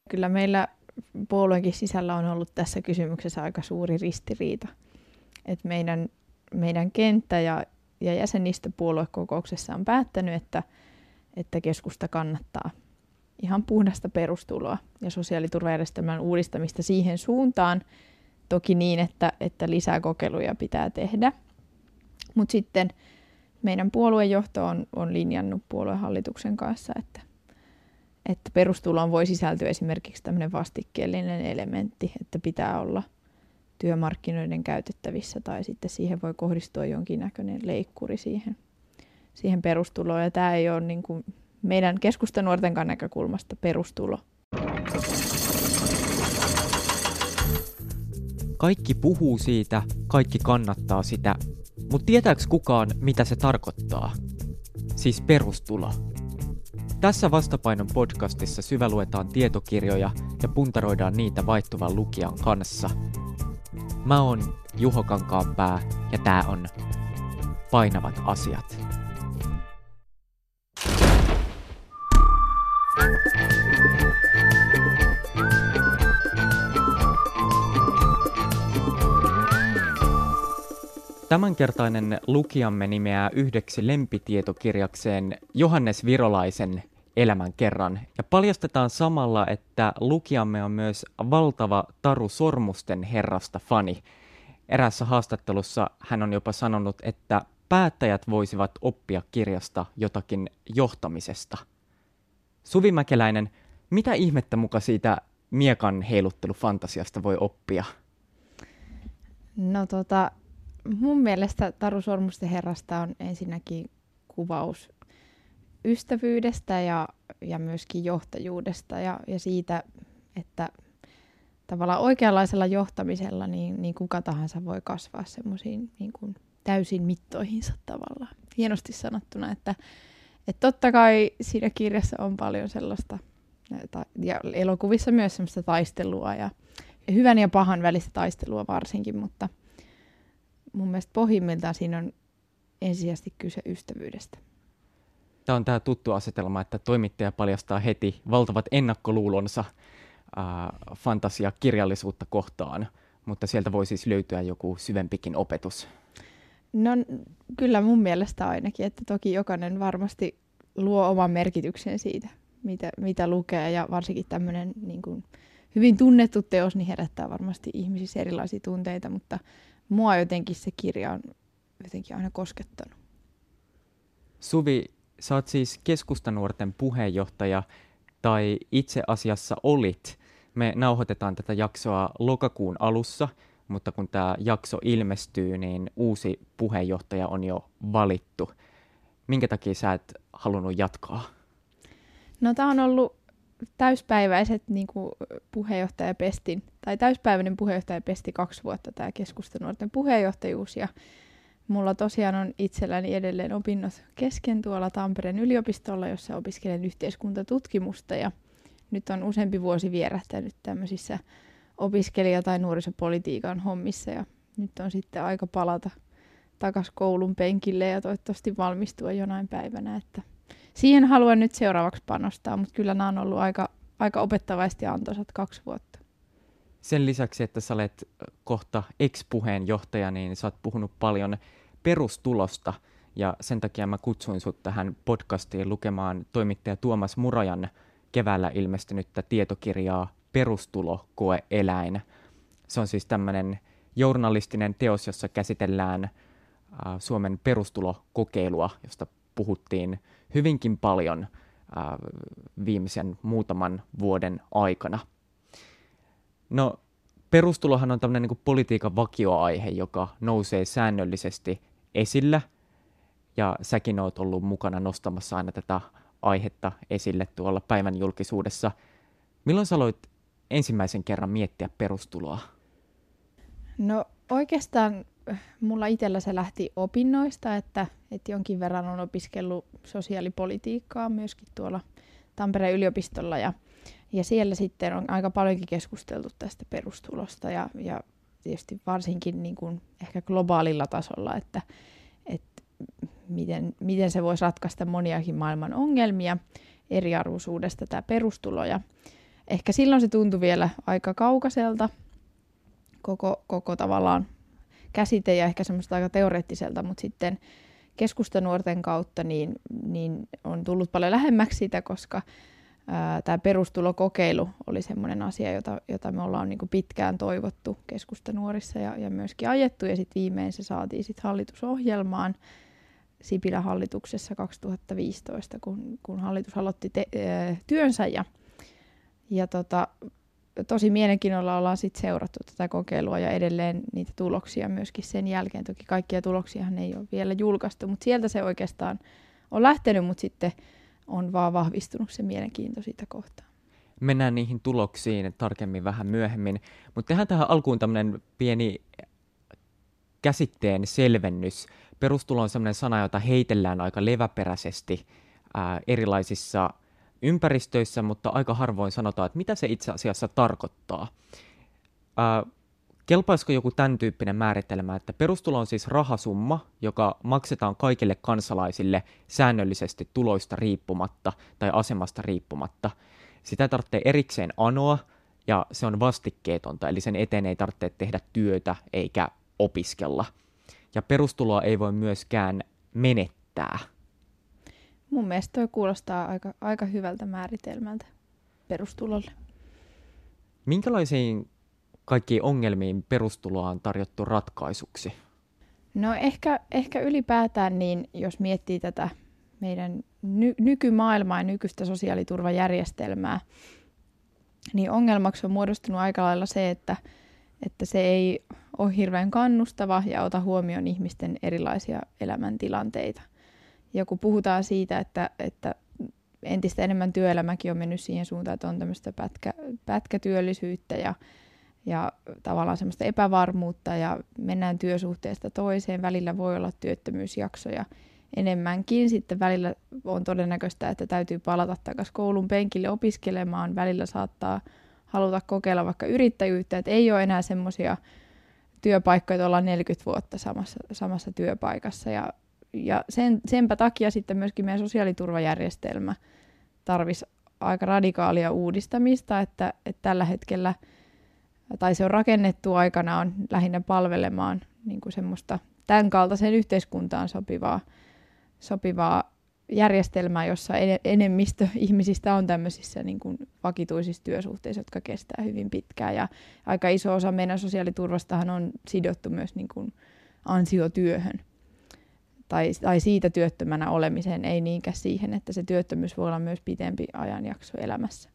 kyllä meillä puolueenkin sisällä on ollut tässä kysymyksessä aika suuri ristiriita. Et meidän kenttä ja jäsenistö puoluekokouksessa on päättänyt, että keskusta kannattaa ihan puhdasta perustuloa ja sosiaaliturvajärjestelmän uudistamista siihen suuntaan. Toki niin, että lisää kokeiluja pitää tehdä. Mutta sitten meidän puoluejohto on linjannut puoluehallituksen kanssa, että perustuloon voi sisältyä esimerkiksi tämmöinen vastikkeellinen elementti, että pitää olla työmarkkinoiden käytettävissä tai sitten siihen voi kohdistua jonkinnäköinen leikkuri siihen perustuloon. Ja tämä ei ole niin kuin meidän keskustanuortenkaan näkökulmasta perustulo. Kaikki puhuu siitä, kaikki kannattaa sitä, mutta tietääkö kukaan, mitä se tarkoittaa? Siis perustulo. Tässä Vastapainon podcastissa syväluetaan tietokirjoja ja puntaroidaan niitä vaihtuvan lukijan kanssa. Mä oon Juho Kankaanpää ja tää on Painavat asiat. Tämänkertainen lukijamme nimeää yhdeksi lempitietokirjakseen Johannes Virolaisen elämän kerran. Ja paljastetaan samalla, että lukijamme on myös valtava Taru Sormusten herrasta fani. Eräässä haastattelussa hän on jopa sanonut, että päättäjät voisivat oppia kirjasta jotakin johtamisesta. Suvi Mäkeläinen, mitä ihmettä muka siitä miekan heiluttelufantasiasta voi oppia? No mun mielestä Taru Sormusten herrasta on ensinnäkin kuvaus ystävyydestä ja myöskin johtajuudesta ja siitä, että tavallaan oikeanlaisella johtamisella niin kuka tahansa voi kasvaa semmoisiin niin kuin täysin mittoihinsa tavallaan. Hienosti sanottuna, että totta kai siinä kirjassa on paljon sellaista, ja elokuvissa myös semmoista taistelua ja hyvän ja pahan välistä taistelua varsinkin, mutta mun mielestä pohjimmiltaan siinä on ensisijaisesti kyse ystävyydestä. Tämä on tämä tuttu asetelma, että toimittaja paljastaa heti valtavat ennakkoluulonsa fantasiakirjallisuutta kohtaan, mutta sieltä voi siis löytyä joku syvempikin opetus. No kyllä mun mielestä ainakin, että toki jokainen varmasti luo oman merkityksen siitä, mitä lukee, ja varsinkin tämmöinen niin kuin hyvin tunnettu teos niin herättää varmasti ihmisissä erilaisia tunteita, mutta mua jotenkin se kirja on jotenkin aina koskettanut. Suvi, sä oot siis Keskustanuorten puheenjohtaja, tai itse asiassa olit. Me nauhoitetaan tätä jaksoa lokakuun alussa, mutta kun tämä jakso ilmestyy, niin uusi puheenjohtaja on jo valittu. Minkä takia sä et halunnut jatkaa? No tämä on ollut täyspäiväiset niin kuin puheenjohtajapestin, tai täyspäiväinen puheenjohtajapesti 2 vuotta tämä Keskustanuorten puheenjohtajuus, ja mulla tosiaan on itselläni edelleen opinnot kesken tuolla Tampereen yliopistolla, jossa opiskelen yhteiskuntatutkimusta, ja nyt on useampi vuosi vierähtänyt tämmöisissä opiskelija- tai nuorisopolitiikan hommissa, ja nyt on sitten aika palata takaisin koulun penkille ja toivottavasti valmistua jonain päivänä, että siihen haluan nyt seuraavaksi panostaa, mutta kyllä nämä on ollut aika opettavaisesti antoisat 2 vuotta. Sen lisäksi, että sä olet kohta ex-puheenjohtaja, niin sä oot puhunut paljon perustulosta, ja sen takia mä kutsuin sut tähän podcastiin lukemaan toimittaja Tuomas Murajan keväällä ilmestynyttä tietokirjaa Perustulo-koe-eläin. Se on siis tämmöinen journalistinen teos, jossa käsitellään Suomen perustulokokeilua, josta puhuttiin hyvinkin paljon viimeisen muutaman vuoden aikana. No, perustulohan on tämmöinen niin kuin politiikan vakioaihe, joka nousee säännöllisesti esillä, ja säkin oot ollut mukana nostamassa aina tätä aihetta esille tuolla päivän julkisuudessa. Milloin sä aloit ensimmäisen kerran miettiä perustuloa? No oikeastaan mulla itsellä se lähti opinnoista, että jonkin verran on opiskellut sosiaalipolitiikkaa myöskin tuolla Tampereen yliopistolla, ja siellä sitten on aika paljonkin keskusteltu tästä perustulosta ja tietysti varsinkin niin kuin ehkä globaalilla tasolla, että miten se voisi ratkaista moniakin maailman ongelmia, eriarvoisuudesta tämä perustulo. Ja ehkä silloin se tuntui vielä aika kaukaiselta, koko tavallaan käsite ja ehkä semmoista aika teoreettiselta, mutta sitten keskustanuorten kautta niin on tullut paljon lähemmäksi sitä, koska tämä perustulokokeilu oli semmoinen asia, jota me ollaan niin kuin pitkään toivottu keskustanuorissa ja myöskin ajettu, ja sitten viimein se saatiin sit hallitusohjelmaan Sipilän hallituksessa 2015, kun hallitus aloitti työnsä, ja tosi mielenkiinnolla ollaan sitten seurattu tätä kokeilua ja edelleen niitä tuloksia myöskin sen jälkeen. Toki kaikkia tuloksiahan ei ole vielä julkaistu, mutta sieltä se oikeastaan on lähtenyt, mutta sitten on vaan vahvistunut se mielenkiinto siitä kohtaa. Mennään niihin tuloksiin tarkemmin vähän myöhemmin, mutta tehdään tähän alkuun tämmöinen pieni käsitteen selvennys. Perustulo on semmoinen sana, jota heitellään aika leväperäisesti erilaisissa ympäristöissä, mutta aika harvoin sanotaan, että mitä se itse asiassa tarkoittaa. Kelpaisiko joku tämän tyyppinen määritelmä, että perustulo on siis rahasumma, joka maksetaan kaikille kansalaisille säännöllisesti tuloista riippumatta tai asemasta riippumatta. Sitä tarvitsee erikseen anoa ja se on vastikkeetonta, eli sen eteen ei tarvitse tehdä työtä eikä opiskella. Ja perustuloa ei voi myöskään menettää. Mun mielestä toi kuulostaa aika hyvältä määritelmältä perustulolle. Minkälaisiin kaikkiin ongelmiin perustuloa on tarjottu ratkaisuksi? No ehkä ylipäätään, niin jos miettii tätä meidän nykymaailmaa ja nykyistä sosiaaliturvajärjestelmää, niin ongelmaksi on muodostunut aika lailla se, että se ei ole hirveän kannustava ja ota huomioon ihmisten erilaisia elämäntilanteita. Ja kun puhutaan siitä, että entistä enemmän työelämäkin on mennyt siihen suuntaan, että on tämmöistä pätkätyöllisyyttä ja tavallaan semmoista epävarmuutta ja mennään työsuhteesta toiseen. Välillä voi olla työttömyysjaksoja enemmänkin. Sitten välillä on todennäköistä, että täytyy palata takaisin koulun penkille opiskelemaan. Välillä saattaa haluta kokeilla vaikka yrittäjyyttä, että ei ole enää semmoisia työpaikkoja, että ollaan 40 vuotta samassa työpaikassa. Ja senpä takia sitten myöskin meidän sosiaaliturvajärjestelmä tarvisi aika radikaalia uudistamista, että tällä hetkellä, tai se on rakennettu aikanaan lähinnä palvelemaan niin kuin semmoista tämän kaltaiseen yhteiskuntaan sopivaa järjestelmää, jossa enemmistö ihmisistä on tämmöisissä niin kuin vakituisissa työsuhteissa, jotka kestää hyvin pitkään. Ja aika iso osa meidän sosiaaliturvastahan on sidottu myös niin kuin ansiotyöhön. Tai siitä työttömänä olemiseen, ei niinkään siihen, että se työttömyys voi olla myös pitempi ajanjakso elämässä.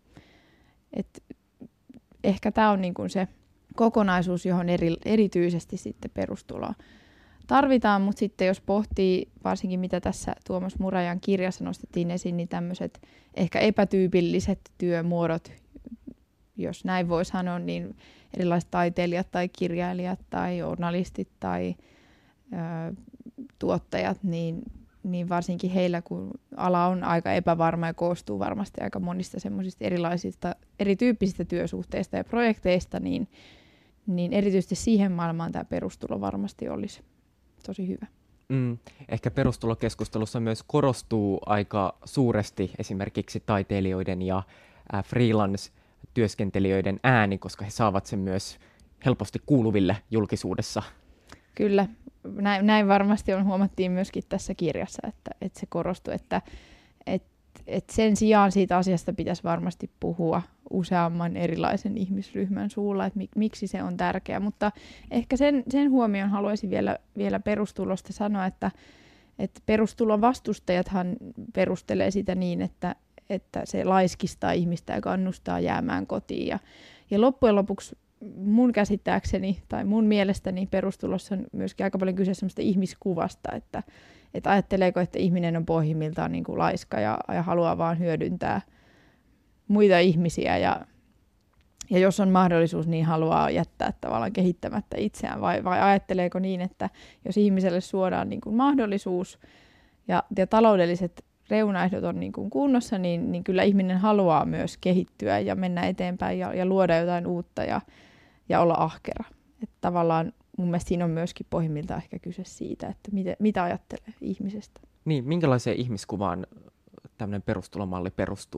Ehkä tämä on niin kuin se kokonaisuus, johon erityisesti sitten perustuloa tarvitaan, mutta sitten jos pohtii varsinkin mitä tässä Tuomas Murajan kirjassa nostettiin esiin, niin tämmöiset ehkä epätyypilliset työmuodot, jos näin voi sanoa, niin erilaiset taiteilijat tai kirjailijat tai journalistit tai tuottajat, niin varsinkin heillä, kun ala on aika epävarma ja koostuu varmasti aika monista semmoisista erilaisista erityyppisistä työsuhteista ja projekteista, niin erityisesti siihen maailmaan tämä perustulo varmasti olisi tosi hyvä. Ehkä perustulokeskustelussa myös korostuu aika suuresti esimerkiksi taiteilijoiden ja freelance-työskentelijöiden ääni, koska he saavat sen myös helposti kuuluville julkisuudessa. Kyllä, näin varmasti huomattiin myöskin tässä kirjassa, että se korostui, että sen sijaan siitä asiasta pitäisi varmasti puhua useamman erilaisen ihmisryhmän suulla, että miksi se on tärkeää. Mutta ehkä sen huomioon haluaisin vielä perustulosta sanoa, että perustulon vastustajathan perustelee sitä niin, että se laiskistaa ihmistä ja kannustaa jäämään kotiin. Ja loppujen lopuksi mun käsittääkseni tai mun mielestäni perustulossa on myöskin aika paljon kyse semmoista ihmiskuvasta, että ajatteleeko, että ihminen on pohjimmiltaan niin kuin laiska ja haluaa vaan hyödyntää muita ihmisiä ja jos on mahdollisuus, niin haluaa jättää tavallaan kehittämättä itseään vai ajatteleeko niin, että jos ihmiselle suodaan niin kuin mahdollisuus ja taloudelliset reunaehdot on niin kuin kunnossa, niin kyllä ihminen haluaa myös kehittyä ja mennä eteenpäin ja luoda jotain uutta ja olla ahkera. Että tavallaan mun mielestä siinä on myöskin pohjimmiltaan ehkä kyse siitä, että mitä ajattelee ihmisestä. Niin, minkälaiseen ihmiskuvaan tämmöinen perustulomalli perustuu?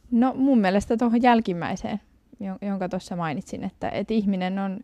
No mun mielestä tuohon jälkimmäiseen, jonka tuossa mainitsin, että ihminen on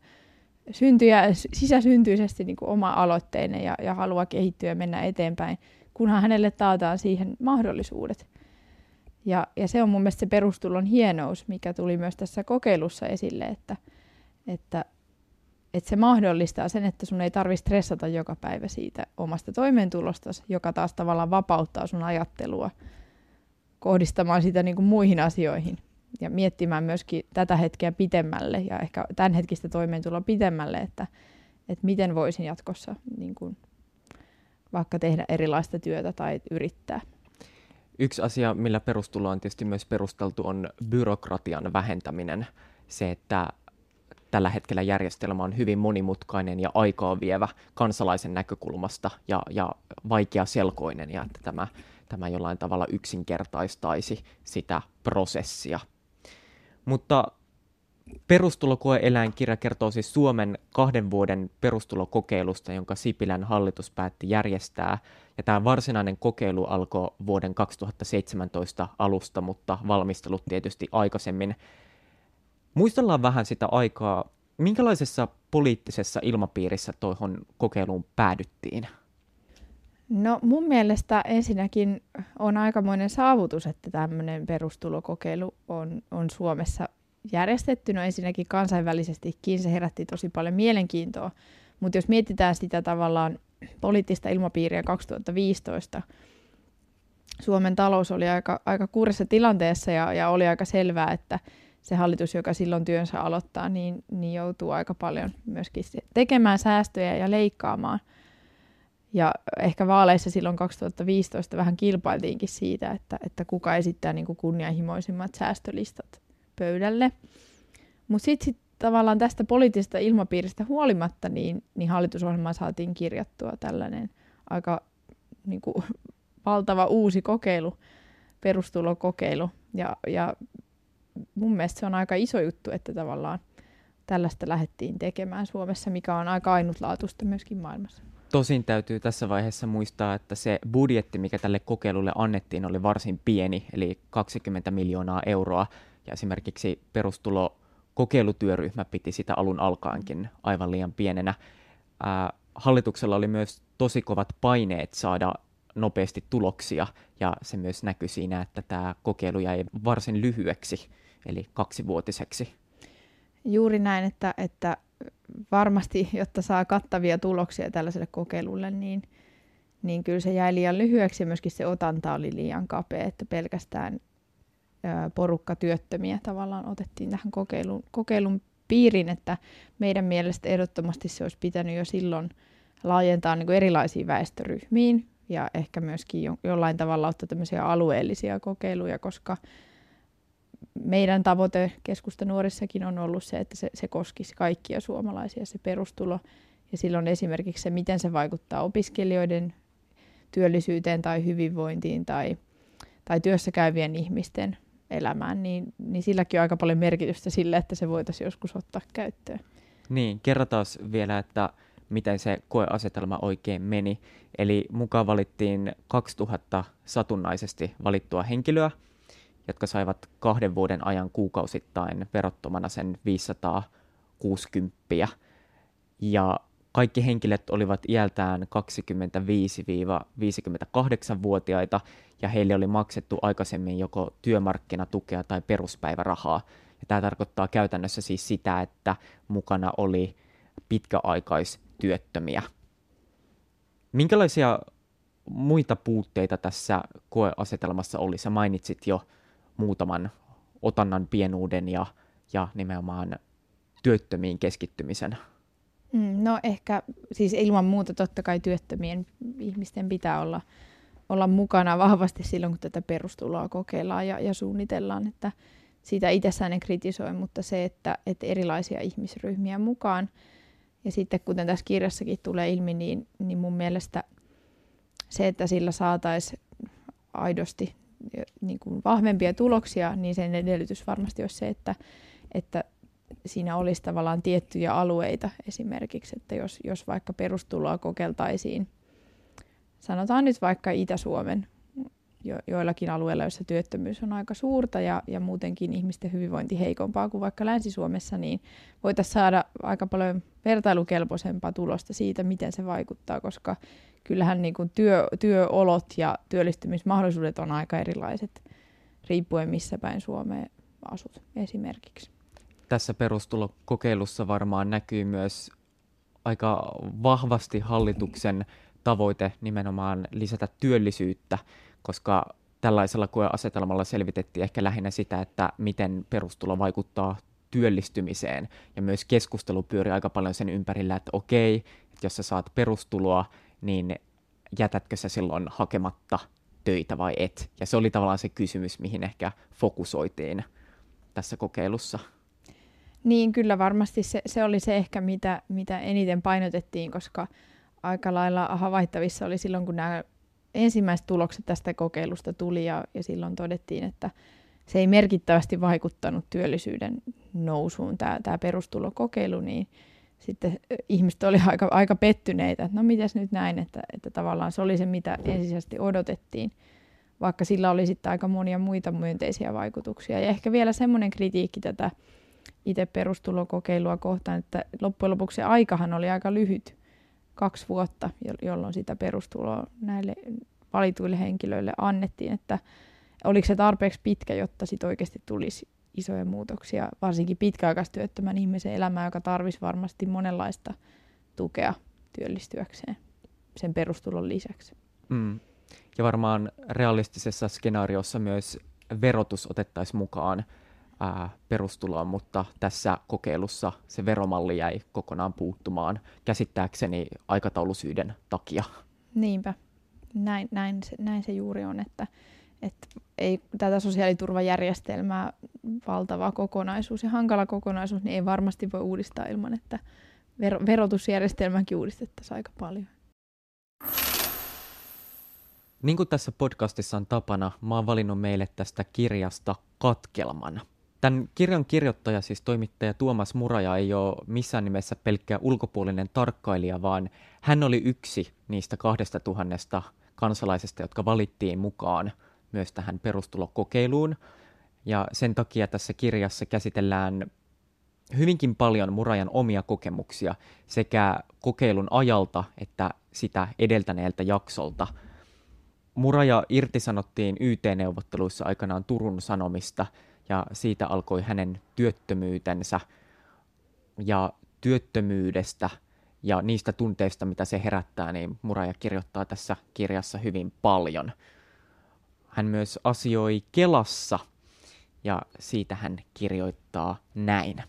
sisäsyntyisesti niin kuin oma-aloitteinen ja haluaa kehittyä ja mennä eteenpäin, kunhan hänelle taataan siihen mahdollisuudet. Ja se on mun mielestä se perustulon hienous, mikä tuli myös tässä kokeilussa esille, että se mahdollistaa sen, että sun ei tarvitse stressata joka päivä siitä omasta toimeentulosta, joka taas tavallaan vapauttaa sun ajattelua kohdistamaan sitä niin kuin muihin asioihin ja miettimään myöskin tätä hetkeä pitemmälle ja ehkä tämänhetkistä toimeentuloa pitemmälle, että miten voisin jatkossa niin kuin vaikka tehdä erilaista työtä tai yrittää. Yksi asia, millä perustulo on tietysti myös perusteltu, on byrokratian vähentäminen. Se, että tällä hetkellä järjestelmä on hyvin monimutkainen ja aikaa vievä kansalaisen näkökulmasta ja vaikeaselkoinen, ja että tämä jollain tavalla yksinkertaistaisi sitä prosessia. Mutta perustulokoe-eläinkirja kertoo siis Suomen 2 vuoden perustulokokeilusta, jonka Sipilän hallitus päätti järjestää. Ja tämä varsinainen kokeilu alkoi vuoden 2017 alusta, mutta valmistelut tietysti aikaisemmin. Muistellaan vähän sitä aikaa. Minkälaisessa poliittisessa ilmapiirissä tuohon kokeiluun päädyttiin? No mun mielestä ensinnäkin on aikamoinen saavutus, että tämmöinen perustulokokeilu on Suomessa järjestetty. No ensinnäkin kansainvälisestikin se herätti tosi paljon mielenkiintoa, mutta jos mietitään sitä tavallaan poliittista ilmapiiriä 2015, Suomen talous oli aika kurjassa tilanteessa ja oli aika selvää, että se hallitus, joka silloin työnsä aloittaa, niin joutuu aika paljon myöskin tekemään säästöjä ja leikkaamaan. Ja ehkä vaaleissa silloin 2015 vähän kilpailtiinkin siitä, että kuka esittää niin kuin kunnianhimoisimmat säästölistat pöydälle. Mutta sitten tavallaan tästä poliittisesta ilmapiiristä huolimatta, niin hallitusohjelmaan saatiin kirjattua tällainen aika niin kuin valtava uusi kokeilu, perustulokokeilu. Ja mun mielestä se on aika iso juttu, että tavallaan tällaista lähdettiin tekemään Suomessa, mikä on aika ainutlaatuista myöskin maailmassa. Tosin täytyy tässä vaiheessa muistaa, että se budjetti, mikä tälle kokeilulle annettiin, oli varsin pieni, eli 20 miljoonaa euroa. Ja esimerkiksi perustulokokeilutyöryhmä piti sitä alun alkaenkin aivan liian pienenä. Hallituksella oli myös tosi kovat paineet saada nopeasti tuloksia, ja se myös näkyi siinä, että tämä kokeilu jäi varsin lyhyeksi, eli 2-vuotiseksi. Juuri näin, että varmasti, jotta saa kattavia tuloksia tällaiselle kokeilulle, niin kyllä se jäi liian lyhyeksi ja myöskin se otanta oli liian kapea, että pelkästään porukka työttömiä tavallaan otettiin tähän kokeilun piiriin, että meidän mielestä ehdottomasti se olisi pitänyt jo silloin laajentaa niin kuin erilaisiin väestöryhmiin ja ehkä myöskin jollain tavalla ottaa tämmöisiä alueellisia kokeiluja, koska meidän tavoite Keskustanuorissakin on ollut se, että se koskisi kaikkia suomalaisia, se perustulo. Ja silloin esimerkiksi se, miten se vaikuttaa opiskelijoiden työllisyyteen tai hyvinvointiin tai työssä käyvien ihmisten elämään, niin silläkin on aika paljon merkitystä sille, että se voitaisiin joskus ottaa käyttöön. Niin, kerrotaan vielä, että miten se koeasetelma oikein meni. Eli mukaan valittiin 2000 satunnaisesti valittua henkilöä, jotka saivat 2 vuoden ajan kuukausittain verottomana sen 560. Ja kaikki henkilöt olivat iältään 25-58-vuotiaita, ja heille oli maksettu aikaisemmin joko työmarkkinatukea tai peruspäivärahaa. Ja tämä tarkoittaa käytännössä siis sitä, että mukana oli pitkäaikaistyöttömiä. Minkälaisia muita puutteita tässä koeasetelmassa oli? Sä mainitsit jo muutaman otannan pienuuden ja nimenomaan työttömiin keskittymisen. No ehkä siis ilman muuta totta kai työttömien ihmisten pitää olla mukana vahvasti silloin, kun tätä perustuloa kokeillaan ja suunnitellaan, että siitä itsessään en kritisoi, mutta se, että erilaisia ihmisryhmiä mukaan. Ja sitten kuten tässä kirjassakin tulee ilmi, niin mun mielestä se, että sillä saataisiin aidosti niin kuin vahvempia tuloksia, niin sen edellytys varmasti olisi se, että siinä olisi tavallaan tiettyjä alueita esimerkiksi, että jos vaikka perustuloa kokeiltaisiin, sanotaan nyt vaikka Itä-Suomen joillakin alueilla, joissa työttömyys on aika suurta ja muutenkin ihmisten hyvinvointi heikompaa kuin vaikka Länsi-Suomessa, niin voitaisiin saada aika paljon vertailukelpoisempaa tulosta siitä, miten se vaikuttaa, koska kyllähän niin kuin työolot ja työllistymismahdollisuudet on aika erilaiset riippuen missä päin Suomea asut esimerkiksi. Tässä perustulokokeilussa varmaan näkyy myös aika vahvasti hallituksen tavoite nimenomaan lisätä työllisyyttä, koska tällaisella koeasetelmalla selvitettiin ehkä lähinnä sitä, että miten perustulo vaikuttaa työllistymiseen. Ja myös keskustelu pyöri aika paljon sen ympärillä, että okei, että jos sä saat perustuloa, niin jätätkö sä silloin hakematta töitä vai et? Ja se oli tavallaan se kysymys, mihin ehkä fokusoitiin tässä kokeilussa. Niin, kyllä varmasti se oli se ehkä, mitä eniten painotettiin, koska aika lailla havaittavissa oli silloin, kun nämä ensimmäiset tulokset tästä kokeilusta tuli ja silloin todettiin, että se ei merkittävästi vaikuttanut työllisyyden nousuun, tämä perustulokokeilu, niin sitten ihmiset oli aika pettyneitä, että no mitäs nyt näin, että tavallaan se oli se, mitä ensisijaisesti odotettiin, vaikka sillä oli sitten aika monia muita myönteisiä vaikutuksia. Ja ehkä vielä semmoinen kritiikki tätä itse perustulokokeilua kohtaan, että loppujen lopuksi se aikahan oli aika lyhyt, 2 vuotta, jolloin sitä perustuloa näille valituille henkilöille annettiin, että oliko se tarpeeksi pitkä, jotta sit oikeasti tulisi isoja muutoksia, varsinkin pitkäaikaistyöttömän ihmisen elämään, joka tarvisi varmasti monenlaista tukea työllistyäkseen sen perustulon lisäksi. Ja varmaan realistisessa skenaariossa myös verotus otettaisiin mukaan perustuloon, mutta tässä kokeilussa se veromalli jäi kokonaan puuttumaan käsittääkseni aikataulusyiden takia. Niinpä. Näin se juuri on, että ei tätä sosiaaliturvajärjestelmää valtava kokonaisuus ja hankala kokonaisuus, niin ei varmasti voi uudistaa ilman, että verotusjärjestelmäkin uudistettaisiin aika paljon. Niin kuin tässä podcastissa on tapana, mä oon valinnut meille tästä kirjasta katkelman. Tämän kirjan kirjoittaja, siis toimittaja Tuomas Muraja, ei ole missään nimessä pelkkä ulkopuolinen tarkkailija, vaan hän oli yksi niistä 2000 kansalaisesta, jotka valittiin mukaan myös tähän perustulokokeiluun. Ja sen takia tässä kirjassa käsitellään hyvinkin paljon Murajan omia kokemuksia sekä kokeilun ajalta että sitä edeltäneeltä jaksolta. Muraja irtisanottiin YT-neuvotteluissa aikanaan Turun Sanomista, ja siitä alkoi hänen työttömyytensä ja työttömyydestä ja niistä tunteista, mitä se herättää, niin Muraja kirjoittaa tässä kirjassa hyvin paljon. Hän myös asioi Kelassa ja siitä hän kirjoittaa näin.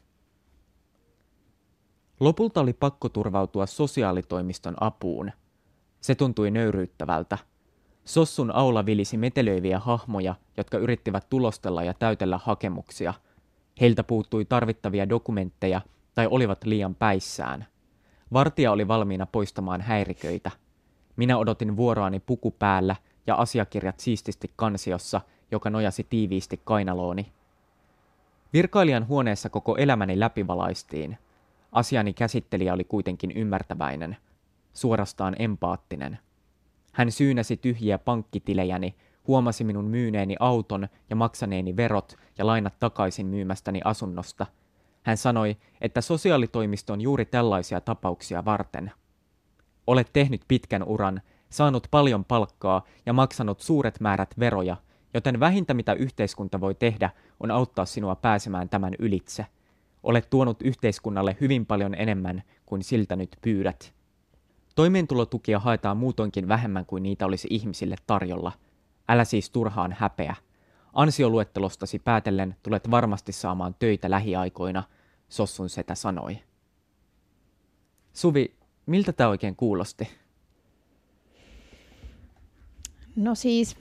Lopulta oli pakko turvautua sosiaalitoimiston apuun. Se tuntui nöyryyttävältä. Sossun aula vilisi metelöiviä hahmoja, jotka yrittivät tulostella ja täytellä hakemuksia. Heiltä puuttui tarvittavia dokumentteja tai olivat liian päissään. Vartija oli valmiina poistamaan häiriköitä. Minä odotin vuoroani puku päällä ja asiakirjat siististi kansiossa, joka nojasi tiiviisti kainalooni. Virkailijan huoneessa koko elämäni läpivalaistiin. Asiani käsittelijä oli kuitenkin ymmärtäväinen, suorastaan empaattinen. Hän syynäsi tyhjiä pankkitilejäni, huomasi minun myyneeni auton ja maksaneeni verot ja lainat takaisin myymästäni asunnosta. Hän sanoi, että sosiaalitoimisto on juuri tällaisia tapauksia varten. Olet tehnyt pitkän uran, saanut paljon palkkaa ja maksanut suuret määrät veroja, joten vähintä mitä yhteiskunta voi tehdä on auttaa sinua pääsemään tämän ylitse. Olet tuonut yhteiskunnalle hyvin paljon enemmän kuin siltä nyt pyydät. Toimeentulotukia haetaan muutoinkin vähemmän kuin niitä olisi ihmisille tarjolla. Älä siis turhaan häpeä. Ansioluettelostasi päätellen tulet varmasti saamaan töitä lähiaikoina, Sossun setä sanoi. Suvi, miltä tämä oikein kuulosti? No siis,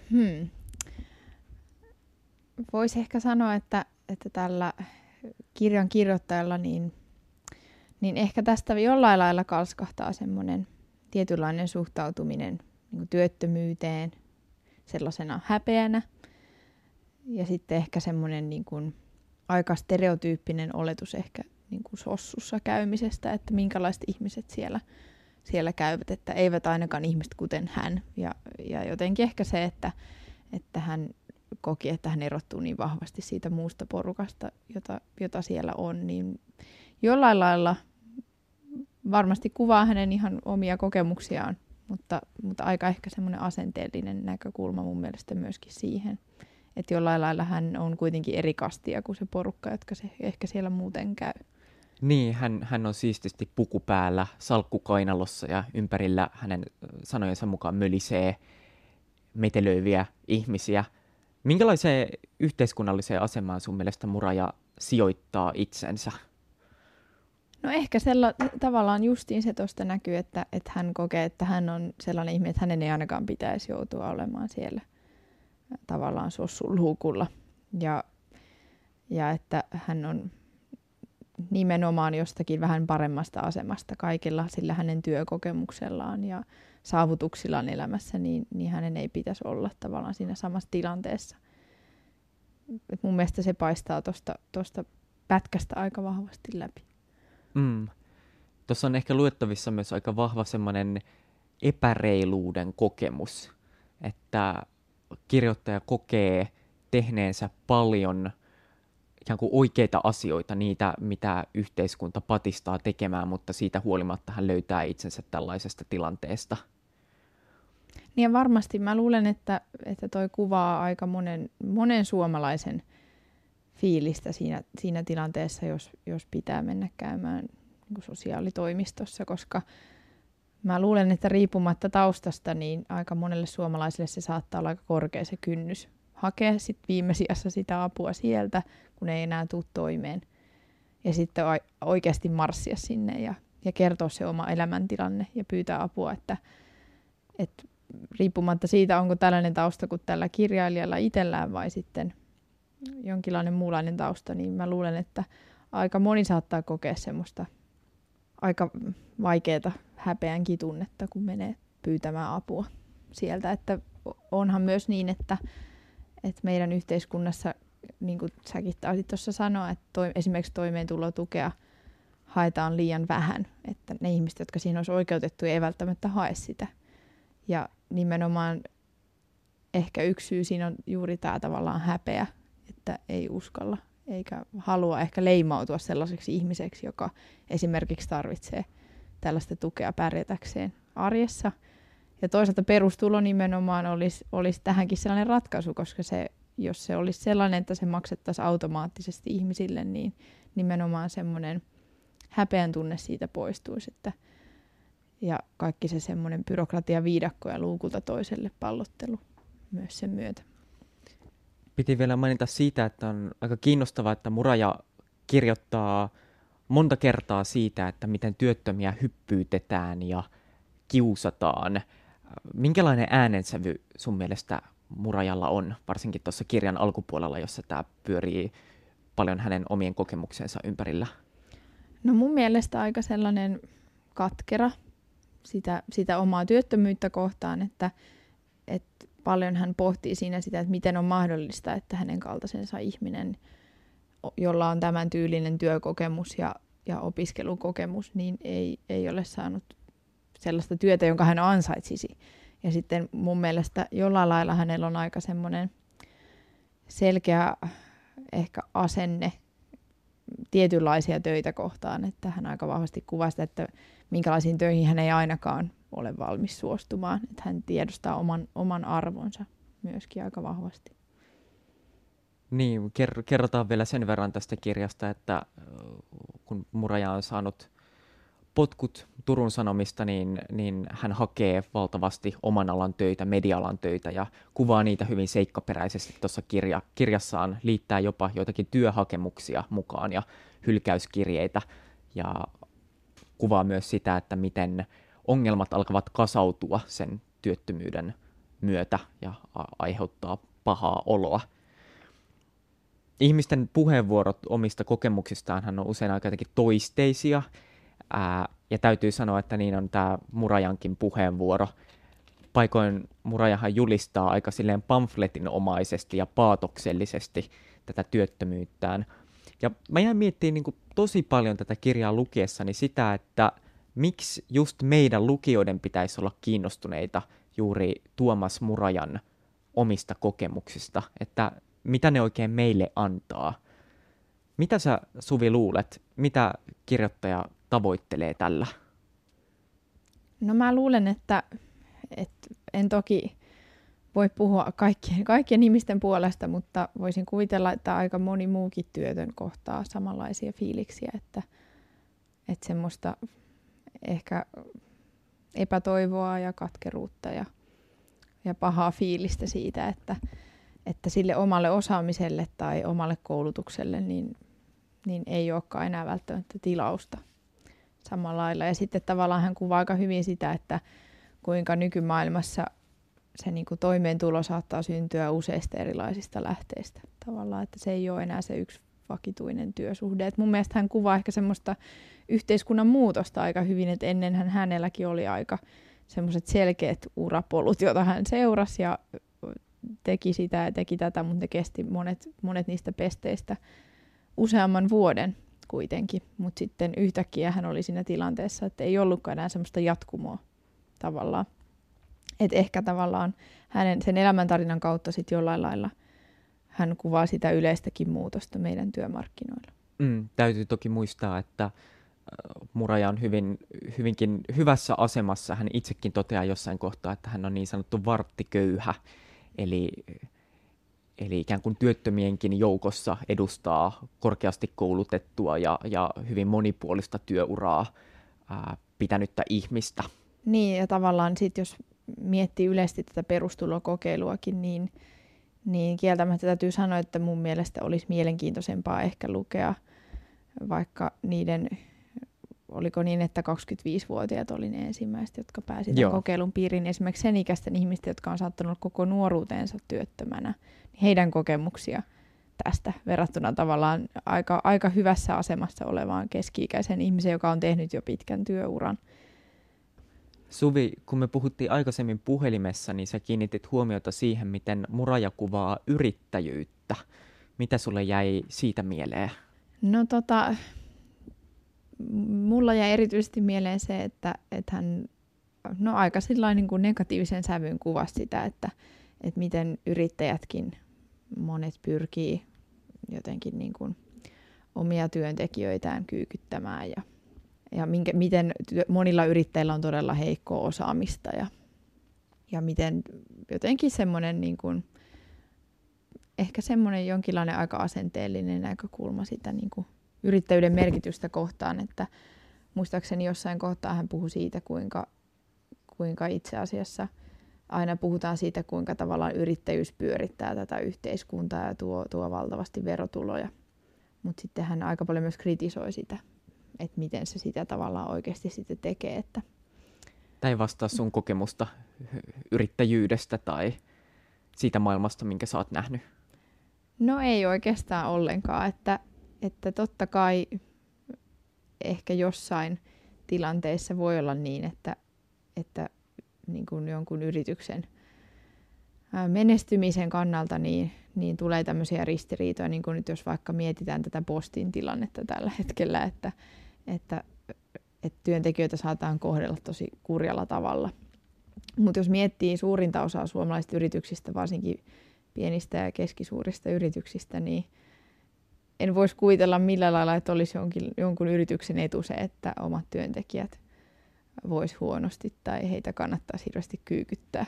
voisi ehkä sanoa, että tällä kirjan kirjoittajalla niin ehkä tästä jollain lailla kalskahtaa semmoinen tietynlainen suhtautuminen niin kuin työttömyyteen sellaisena häpeänä. Ja sitten ehkä semmoinen niin kuin aika stereotyyppinen oletus ehkä niin kuin sossussa käymisestä, että minkälaiset ihmiset siellä käyvät, että eivät ainakaan ihmiset kuten hän. Ja jotenkin ehkä se, että hän koki, että hän erottuu niin vahvasti siitä muusta porukasta, jota siellä on, niin jollain lailla varmasti kuvaa hänen ihan omia kokemuksiaan, mutta aika ehkä semmoinen asenteellinen näkökulma mun mielestä myöskin siihen, että jollain lailla hän on kuitenkin eri kastia kuin se porukka, jotka se ehkä siellä muuten käy. Niin, hän on siististi puku päällä, salkku kainalossa ja ympärillä hänen sanojensa mukaan mölisee metelöiviä ihmisiä. Minkälaiseen yhteiskunnalliseen asemaan sun mielestä muraaja sijoittaa itsensä? No ehkä tavallaan justiin se tuosta näkyy, että hän kokee, että hän on sellainen ihminen, että hänen ei ainakaan pitäisi joutua olemaan siellä tavallaan sossun-luukulla. Ja että hän on nimenomaan jostakin vähän paremmasta asemasta kaikilla sillä hänen työkokemuksellaan ja saavutuksillaan elämässä, niin hänen ei pitäisi olla tavallaan siinä samassa tilanteessa. Et mun mielestä se paistaa tuosta pätkästä aika vahvasti läpi. Tuossa on ehkä luettavissa myös aika vahva semmoinen epäreiluuden kokemus, että kirjoittaja kokee tehneensä paljon ikään kuin oikeita asioita, niitä mitä yhteiskunta patistaa tekemään, mutta siitä huolimatta hän löytää itsensä tällaisesta tilanteesta. Niin ja varmasti mä luulen, että toi kuvaa aika monen suomalaisen fiilistä siinä tilanteessa, jos pitää mennä käymään niin kuin sosiaalitoimistossa, koska mä luulen, että riippumatta taustasta, niin aika monelle suomalaiselle se saattaa olla aika korkea se kynnys hakea sit viime sijassa sitä apua sieltä, kun ei enää tule toimeen. Ja sitten oikeasti marssia sinne ja kertoa se oma elämäntilanne ja pyytää apua, että riippumatta siitä, onko tällainen tausta kuin tällä kirjailijalla itsellään vai sitten jonkinlainen muunlainen tausta, niin mä luulen, että aika moni saattaa kokea semmoista aika vaikeaa häpeänkin tunnetta, kun menee pyytämään apua sieltä. Että onhan myös niin, että meidän yhteiskunnassa, niin kuin säkin taisit tuossa sanoa, että esimerkiksi toimeentulotukea haetaan liian vähän, että ne ihmiset, jotka siihen olisi oikeutettu, ei välttämättä hae sitä. Ja nimenomaan ehkä yksi syy siinä on juuri tämä tavallaan häpeä, että ei uskalla eikä halua ehkä leimautua sellaiseksi ihmiseksi, joka esimerkiksi tarvitsee tällaista tukea pärjätäkseen arjessa. Ja toisaalta perustulo nimenomaan olisi tähänkin sellainen ratkaisu, koska jos se olisi sellainen, että se maksettaisiin automaattisesti ihmisille, niin nimenomaan semmoinen häpeän tunne siitä poistuisi. Ja kaikki se semmoinen byrokratiaviidakko ja luukulta toiselle pallottelu myös sen myötä. Piti vielä mainita siitä, että on aika kiinnostavaa, että muraaja kirjoittaa monta kertaa siitä, että miten työttömiä hyppyytetään ja kiusataan. Minkälainen äänensävy sun mielestä muraajalla on, varsinkin tuossa kirjan alkupuolella, jossa tämä pyörii paljon hänen omien kokemuksensa ympärillä? No mun mielestä aika sellainen katkera sitä omaa työttömyyttä kohtaan, että paljon hän pohtii siinä sitä, että miten on mahdollista, että hänen kaltaisensa ihminen, jolla on tämän tyylinen työkokemus ja opiskelukokemus, niin ei ole saanut sellaista työtä, jonka hän ansaitsisi. Ja sitten mun mielestä jollain lailla hänellä on aika semmoinen selkeä ehkä asenne tietynlaisia töitä kohtaan, että hän aika vahvasti kuvaa sitä, että minkälaisiin töihin hän ei ainakaan ole valmis suostumaan. Että hän tiedostaa oman arvonsa myöskin aika vahvasti. Niin, kerrotaan vielä sen verran tästä kirjasta, että kun muraaja on saanut potkut Turun Sanomista, niin hän hakee valtavasti oman alan töitä, media-alan töitä ja kuvaa niitä hyvin seikkaperäisesti tuossa kirjassaan, liittää jopa joitakin työhakemuksia mukaan ja hylkäyskirjeitä ja kuvaa myös sitä, että miten ongelmat alkavat kasautua sen työttömyyden myötä ja aiheuttaa pahaa oloa. Ihmisten puheenvuorot omista kokemuksistaanhan on usein aika jotenkin toisteisia, ja täytyy sanoa, että niin on tämä muraajankin puheenvuoro. Paikoin muraajahan julistaa aika silleen pamfletinomaisesti ja paatoksellisesti tätä työttömyyttään. Ja mä jäin miettimään niin kuin tosi paljon tätä kirjaa lukiessani sitä, että miksi just meidän lukijoiden pitäisi olla kiinnostuneita juuri Tuomas Murajan omista kokemuksista, että mitä ne oikein meille antaa. Mitä sä, Suvi, luulet, mitä kirjoittaja tavoittelee tällä? No mä luulen, että en toki voi puhua kaikkien ihmisten puolesta, mutta voisin kuvitella, että aika moni muukin työtön kohtaa samanlaisia fiiliksiä, että semmoista ehkä epätoivoa ja katkeruutta ja pahaa fiilistä siitä, että sille omalle osaamiselle tai omalle koulutukselle niin ei olekaan enää välttämättä tilausta samalla lailla. Ja sitten tavallaan hän kuvaa aika hyvin sitä, että kuinka nykymaailmassa se niin kuin toimeentulo saattaa syntyä useista erilaisista lähteistä. Tavallaan, että se ei ole enää se yksi vakituinen työsuhde. Et mun mielestä hän kuvaa ehkä semmoista yhteiskunnan muutosta aika hyvin, että ennenhän hänelläkin oli aika semmoiset selkeät urapolut, joita hän seurasi ja teki sitä ja teki tätä, mutta ne kesti monet niistä pesteistä useamman vuoden kuitenkin. Mutta sitten yhtäkkiä hän oli siinä tilanteessa, että ei ollutkaan enää semmoista jatkumoa tavallaan. Että ehkä tavallaan hänen sen elämäntarinan kautta sitten jollain lailla hän kuvaa sitä yleistäkin muutosta meidän työmarkkinoilla. Täytyy toki muistaa, että Muraja on hyvinkin hyvässä asemassa. Hän itsekin toteaa jossain kohtaa, että hän on niin sanottu varttiköyhä, eli ikään kuin työttömienkin joukossa edustaa korkeasti koulutettua ja hyvin monipuolista työuraa pitänyttä ihmistä. Niin, ja tavallaan sitten jos miettii yleisesti tätä perustulokokeiluakin, niin kieltämättä täytyy sanoa, että mun mielestä olisi mielenkiintoisempaa ehkä lukea vaikka niiden, oliko niin, että 25-vuotiaat oli ne ensimmäiset, jotka pääsivät kokeilun piiriin. Esimerkiksi sen ikäisten ihmisten, jotka on saattanut olla koko nuoruutensa työttömänä, niin heidän kokemuksia tästä verrattuna tavallaan aika hyvässä asemassa olevaan keski-ikäisen ihmisen, joka on tehnyt jo pitkän työuran. Suvi, kun me puhuttiin aikaisemmin puhelimessa, niin sä kiinnitit huomiota siihen, miten Muraja kuvaa yrittäjyyttä. Mitä sulle jäi siitä mieleen? No mulla jäi erityisesti mieleen se, että hän aika sillain niin kuin negatiivisen sävyyn kuvasi sitä, että miten yrittäjätkin monet pyrkii jotenkin niin kuin omia työntekijöitään kyykyttämään ja miten monilla yrittäjillä on todella heikkoa osaamista ja miten jotenkin semmoinen niin kuin, ehkä semmoinen jonkinlainen aika asenteellinen näkökulma sitä niin kuin yrittäjyyden merkitystä kohtaan, että muistaakseni jossain kohtaa hän puhui siitä, kuinka itse asiassa aina puhutaan siitä, kuinka tavallaan yrittäjyys pyörittää tätä yhteiskuntaa ja tuo valtavasti verotuloja, mutta sitten hän aika paljon myös kritisoi sitä, että miten se sitä tavallaan oikeasti sitten tekee. Että tämä ei vastaa sun kokemusta yrittäjyydestä tai siitä maailmasta, minkä sä oot nähnyt. No ei oikeastaan ollenkaan, että totta kai ehkä jossain tilanteessa voi olla niin, että niin kuin jonkun yrityksen menestymisen kannalta niin tulee tämmöisiä ristiriitoja, niin kuin nyt jos vaikka mietitään tätä Postin tilannetta tällä hetkellä, että työntekijöitä saataan kohdella tosi kurjalla tavalla. Mutta jos miettii suurinta osaa suomalaisista yrityksistä, varsinkin pienistä ja keskisuurista yrityksistä, niin en voisi kuvitella millä lailla, että olisi jonkun yrityksen etu se, että omat työntekijät voisi huonosti tai heitä kannattaisi hirveästi kyykyttää,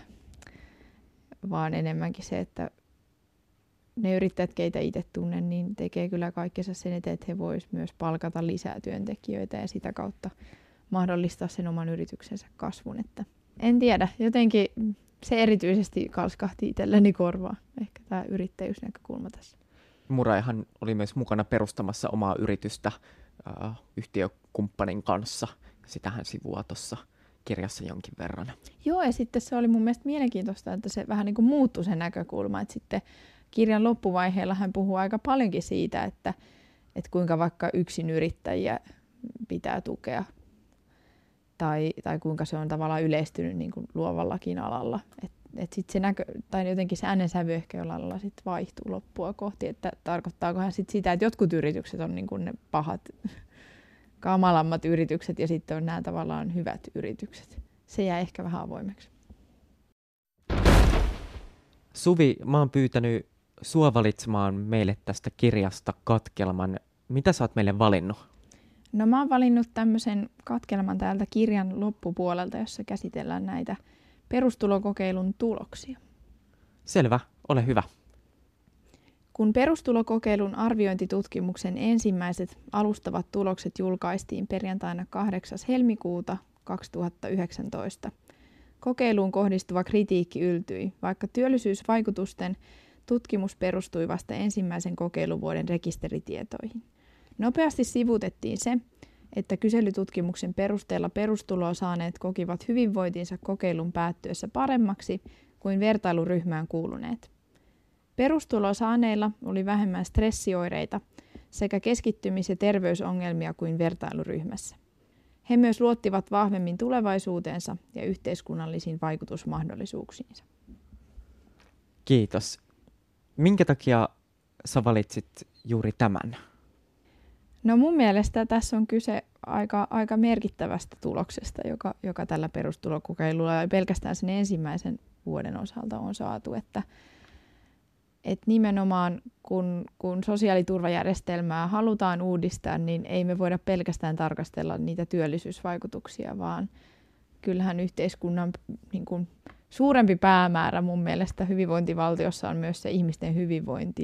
vaan enemmänkin se, että ne yrittäjät, keitä itse tunnen, niin tekee kyllä kaikkensa sen eteen, että he voisivat myös palkata lisää työntekijöitä ja sitä kautta mahdollistaa sen oman yrityksensä kasvun. Että en tiedä, jotenkin se erityisesti kalskahti itselleni korvaan, ehkä tämä yrittäjyysnäkökulma tässä. Murajahan oli myös mukana perustamassa omaa yritystä yhtiökumppanin kanssa. Sitä hän sivua tuossa kirjassa jonkin verran. Joo, ja sitten se oli mun mielestä mielenkiintoista, että se vähän niin kuin muuttui se näkökulma. Että sitten kirjan loppuvaiheella hän puhuu aika paljonkin siitä, että kuinka vaikka yksinyrittäjiä pitää tukea. Tai kuinka se on tavallaan yleistynyt niin kuin luovallakin alalla. Että sitten se tai jotenkin se äänensävy ehkä jollain lailla sit vaihtuu loppua kohti. Että tarkoittaako hän sit sitä, että jotkut yritykset on niin kuin ne pahat kamalammat yritykset ja sitten on nämä tavallaan hyvät yritykset. Se jää ehkä vähän avoimeksi. Suvi, mä oon pyytänyt sua valitsemaan meille tästä kirjasta katkelman. Mitä sä oot meille valinnut? No mä oon valinnut tämmöisen katkelman täältä kirjan loppupuolelta, jossa käsitellään näitä perustulokokeilun tuloksia. Selvä, ole hyvä. Kun perustulokokeilun arviointitutkimuksen ensimmäiset alustavat tulokset julkaistiin perjantaina 8. helmikuuta 2019, kokeiluun kohdistuva kritiikki yltyi, vaikka työllisyysvaikutusten tutkimus perustui vasta ensimmäisen kokeiluvuoden rekisteritietoihin. Nopeasti sivuutettiin se, että kyselytutkimuksen perusteella perustuloa saaneet kokivat hyvinvointinsa kokeilun päättyessä paremmaksi kuin vertailuryhmään kuuluneet. Perustuloa saaneilla oli vähemmän stressioireita sekä keskittymis- ja terveysongelmia kuin vertailuryhmässä. He myös luottivat vahvemmin tulevaisuuteensa ja yhteiskunnallisiin vaikutusmahdollisuuksiinsa. Kiitos. Minkä takia sä valitsit juuri tämän? No mun mielestä tässä on kyse aika merkittävästä tuloksesta, joka tällä perustulokokeilulla ja pelkästään sen ensimmäisen vuoden osalta on saatu, että nimenomaan kun sosiaaliturvajärjestelmää halutaan uudistaa, niin ei me voida pelkästään tarkastella niitä työllisyysvaikutuksia, vaan kyllähän yhteiskunnan niin kuin suurempi päämäärä mun mielestä hyvinvointivaltiossa on myös se ihmisten hyvinvointi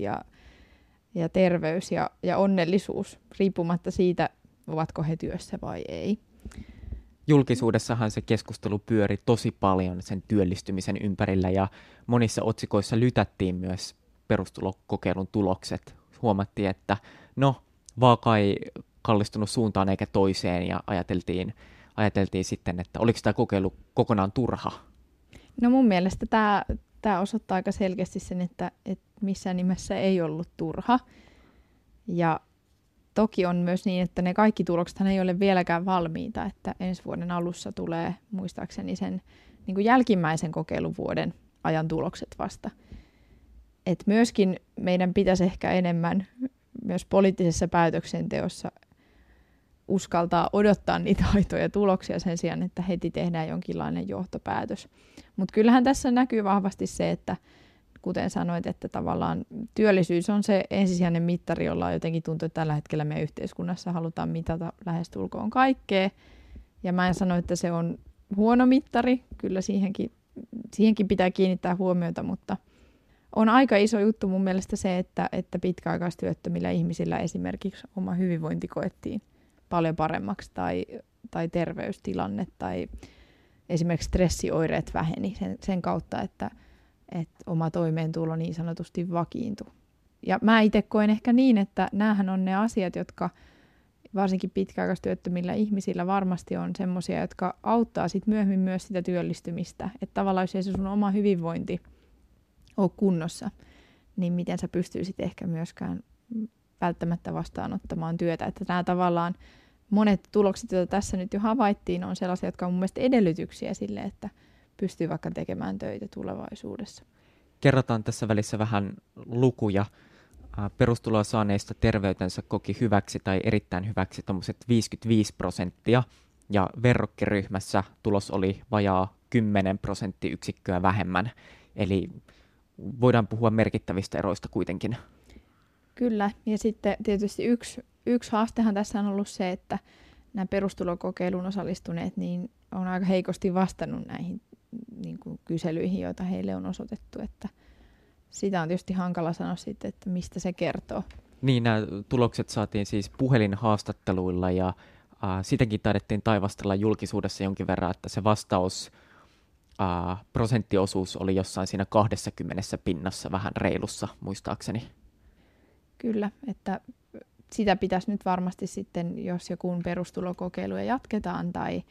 ja terveys ja onnellisuus, riippumatta siitä, ovatko he työssä vai ei. Julkisuudessahan se keskustelu pyöri tosi paljon sen työllistymisen ympärillä ja monissa otsikoissa lytättiin myös perustulokokeilun tulokset. Huomattiin, että vaaka ei kallistunut suuntaan eikä toiseen ja ajateltiin sitten, että oliko tämä kokeilu kokonaan turha? No mun mielestä tämä osoittaa aika selkeästi sen, että missään nimessä ei ollut turha. Ja toki on myös niin, että ne kaikki tuloksethan ei ole vieläkään valmiita, että ensi vuoden alussa tulee muistaakseni sen niin kuin jälkimmäisen kokeiluvuoden ajan tulokset vasta. Et myöskin meidän pitäisi ehkä enemmän myös poliittisessa päätöksenteossa uskaltaa odottaa niitä aitoja tuloksia sen sijaan, että heti tehdään jonkinlainen johtopäätös. Mutta kyllähän tässä näkyy vahvasti se, että kuten sanoit, että tavallaan työllisyys on se ensisijainen mittari, jolla jotenkin tuntuu, että tällä hetkellä meidän yhteiskunnassa halutaan mitata lähestulkoon kaikkea. Ja mä en sano, että se on huono mittari, kyllä siihenkin pitää kiinnittää huomiota, mutta on aika iso juttu mun mielestä se, että pitkäaikaistyöttömillä ihmisillä esimerkiksi oma hyvinvointi koettiin paljon paremmaksi tai terveystilanne tai esimerkiksi stressioireet väheni sen kautta, että oma toimeentulo niin sanotusti vakiintui. Ja mä itse koen ehkä niin, että näähän on ne asiat, jotka varsinkin pitkäaikaistyöttömillä ihmisillä varmasti on semmoisia, jotka auttaa sit myöhemmin myös sitä työllistymistä. Että tavallaan jos ei se sun oma hyvinvointi ole kunnossa, niin miten sä pystyisit ehkä myöskään välttämättä vastaanottamaan työtä. Että nämä tavallaan monet tulokset, joita tässä nyt jo havaittiin, on sellaisia, jotka on mun mielestä edellytyksiä sille, että pystyy vaikka tekemään töitä tulevaisuudessa. Kerrotaan tässä välissä vähän lukuja. Perustuloa saaneista terveytensä koki hyväksi tai erittäin hyväksi tuommoiset 55%, ja verrokkiryhmässä tulos oli vajaa 10 prosenttiyksikköä vähemmän. Eli voidaan puhua merkittävistä eroista kuitenkin. Kyllä, ja sitten tietysti yksi haastehan tässä on ollut se, että nämä perustulokokeiluun osallistuneet niin on aika heikosti vastannut näihin niin kuin kyselyihin, joita heille on osoitettu, että sitä on tietysti hankala sanoa sitten, että mistä se kertoo. Niin, nämä tulokset saatiin siis puhelinhaastatteluilla ja sitäkin taidettiin taivastella julkisuudessa jonkin verran, että se vastaus prosenttiosuus oli jossain siinä 20% vähän reilussa, muistaakseni. Kyllä, että sitä pitäisi nyt varmasti sitten, jos ja kun perustulokokeiluja jatketaan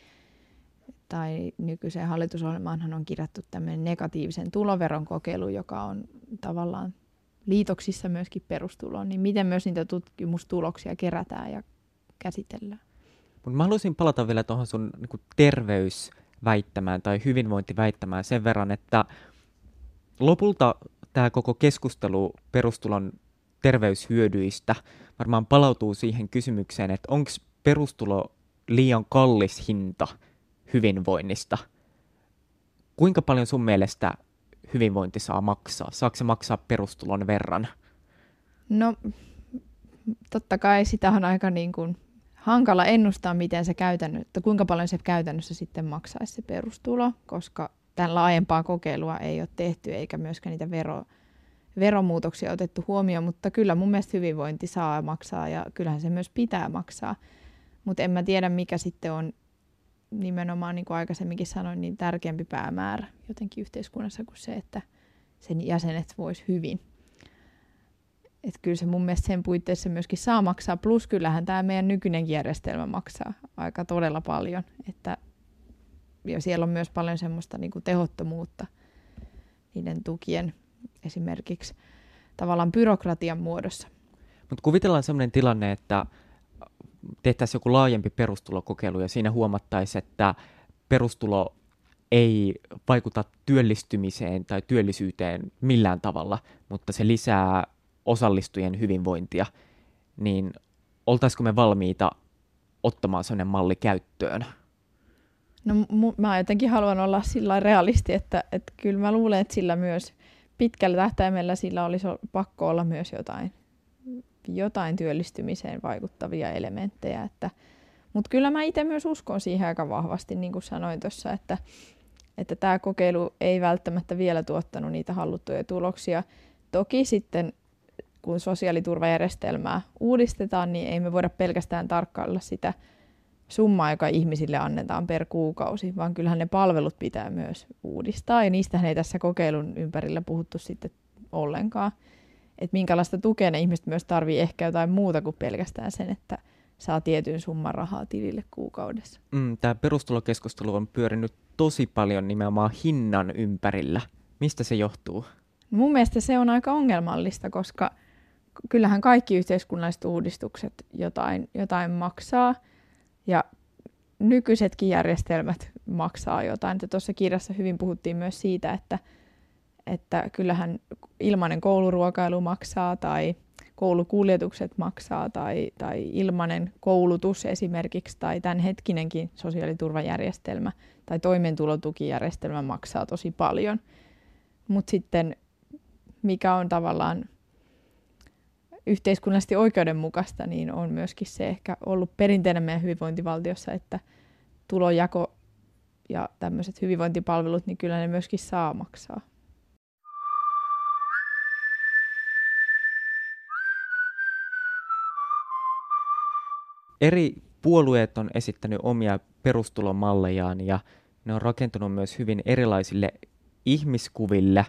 tai nykyiseen hallitusohjelmaanhan on kirjattu tämmöinen negatiivisen tuloveron kokeilu, joka on tavallaan liitoksissa myöskin perustuloon, niin miten myös niitä tutkimustuloksia kerätään ja käsitellään. Mä haluaisin palata vielä tuohon sun niin terveysväittämään tai hyvinvointiväittämään sen verran, että lopulta tämä koko keskustelu perustulon terveyshyödyistä varmaan palautuu siihen kysymykseen, että onko perustulo liian kallis hinta hyvinvoinnista. Kuinka paljon sun mielestä hyvinvointi saa maksaa? Saako se maksaa perustulon verran? No totta kai sitä on aika niin kuin hankala ennustaa, miten se kuinka paljon se käytännössä sitten maksaisi se perustulo, koska tämän laajempaa kokeilua ei ole tehty eikä myöskään niitä veromuutoksia otettu huomioon, mutta kyllä mun mielestä hyvinvointi saa maksaa ja kyllähän se myös pitää maksaa, mutta en mä tiedä mikä sitten on nimenomaan, niin kuin aikaisemminkin sanoin, niin tärkeämpi päämäärä jotenkin yhteiskunnassa kuin se, että sen jäsenet vois hyvin. Että kyllä se mun mielestä sen puitteissa myöskin saa maksaa, plus kyllähän tämä meidän nykyinen järjestelmä maksaa aika todella paljon, ja siellä on myös paljon semmoista niin kuin tehottomuutta niiden tukien esimerkiksi tavallaan byrokratian muodossa. Mutta kuvitellaan sellainen tilanne, että tehtäisiin joku laajempi perustulokokeilu ja siinä huomattaisiin, että perustulo ei vaikuta työllistymiseen tai työllisyyteen millään tavalla, mutta se lisää osallistujien hyvinvointia, niin oltaisiko me valmiita ottamaan sellainen malli käyttöön? No mä jotenkin haluan olla sillä realisti, että kyllä mä luulen, että sillä myös pitkällä tähtäimellä sillä olisi pakko olla myös jotain työllistymiseen vaikuttavia elementtejä. Mutta kyllä mä itse myös uskon siihen aika vahvasti, niin kuin sanoin tuossa, että tämä kokeilu ei välttämättä vielä tuottanut niitä haluttuja tuloksia. Toki sitten kun sosiaaliturvajärjestelmää uudistetaan, niin ei me voida pelkästään tarkkailla sitä summaa, joka ihmisille annetaan per kuukausi, vaan kyllähän ne palvelut pitää myös uudistaa, ja niistähän ei tässä kokeilun ympärillä puhuttu sitten ollenkaan. Että minkälaista tukea ne ihmiset myös tarvii, ehkä jotain muuta kuin pelkästään sen, että saa tietyn summan rahaa tilille kuukaudessa. Tämä perustulokeskustelu on pyörinyt tosi paljon nimenomaan hinnan ympärillä. Mistä se johtuu? No mun mielestä se on aika ongelmallista, koska kyllähän kaikki yhteiskunnalliset uudistukset jotain maksaa, ja nykyisetkin järjestelmät maksaa jotain. Tuossa kirjassa hyvin puhuttiin myös siitä, että kyllähän ilmainen kouluruokailu maksaa tai koulukuljetukset maksaa tai ilmainen koulutus esimerkiksi tai tämänhetkinenkin sosiaaliturvajärjestelmä tai toimeentulotukijärjestelmä maksaa tosi paljon. Mutta sitten mikä on tavallaan yhteiskunnallisesti oikeudenmukaista, niin on myöskin se ehkä ollut perinteinen meidän hyvinvointivaltiossa, että tulonjako ja tämmöiset hyvinvointipalvelut, niin kyllä ne myöskin saa maksaa. Eri puolueet on esittänyt omia perustulomallejaan ja ne on rakentunut myös hyvin erilaisille ihmiskuville.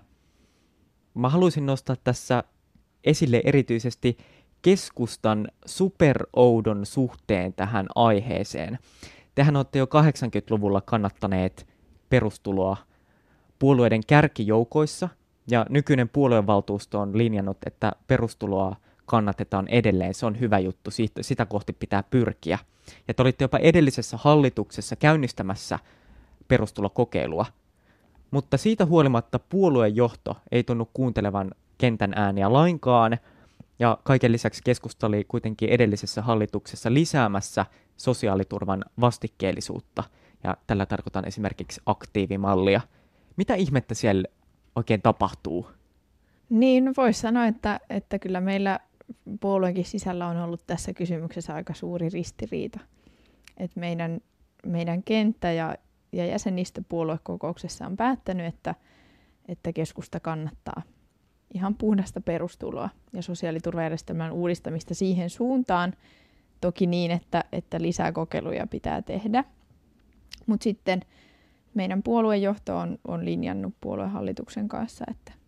Mä haluaisin nostaa tässä esille erityisesti keskustan superoudon suhteen tähän aiheeseen. Tehän olette jo 80-luvulla kannattaneet perustuloa puolueiden kärkijoukoissa, ja nykyinen puoluevaltuusto on linjannut, että perustuloa kannatetaan edelleen. Se on hyvä juttu, sitä kohti pitää pyrkiä. Ja te olitte jopa edellisessä hallituksessa käynnistämässä perustulokokeilua. Mutta siitä huolimatta puolueen johto ei tunnu kuuntelevan kentän ääniä lainkaan, ja kaiken lisäksi keskusta oli kuitenkin edellisessä hallituksessa lisäämässä sosiaaliturvan vastikkeellisuutta, ja tällä tarkoitan esimerkiksi aktiivimallia. Mitä ihmettä siellä oikein tapahtuu? Niin, no voisi sanoa, että kyllä meillä puolueenkin sisällä on ollut tässä kysymyksessä aika suuri ristiriita. Että meidän kenttä ja jäsenistö puoluekokouksessa on päättänyt, että keskusta kannattaa ihan puhdasta perustuloa ja sosiaaliturvajärjestelmän uudistamista siihen suuntaan. Toki niin, että lisää kokeiluja pitää tehdä. Mutta sitten meidän puoluejohto on linjannut puoluehallituksen kanssa,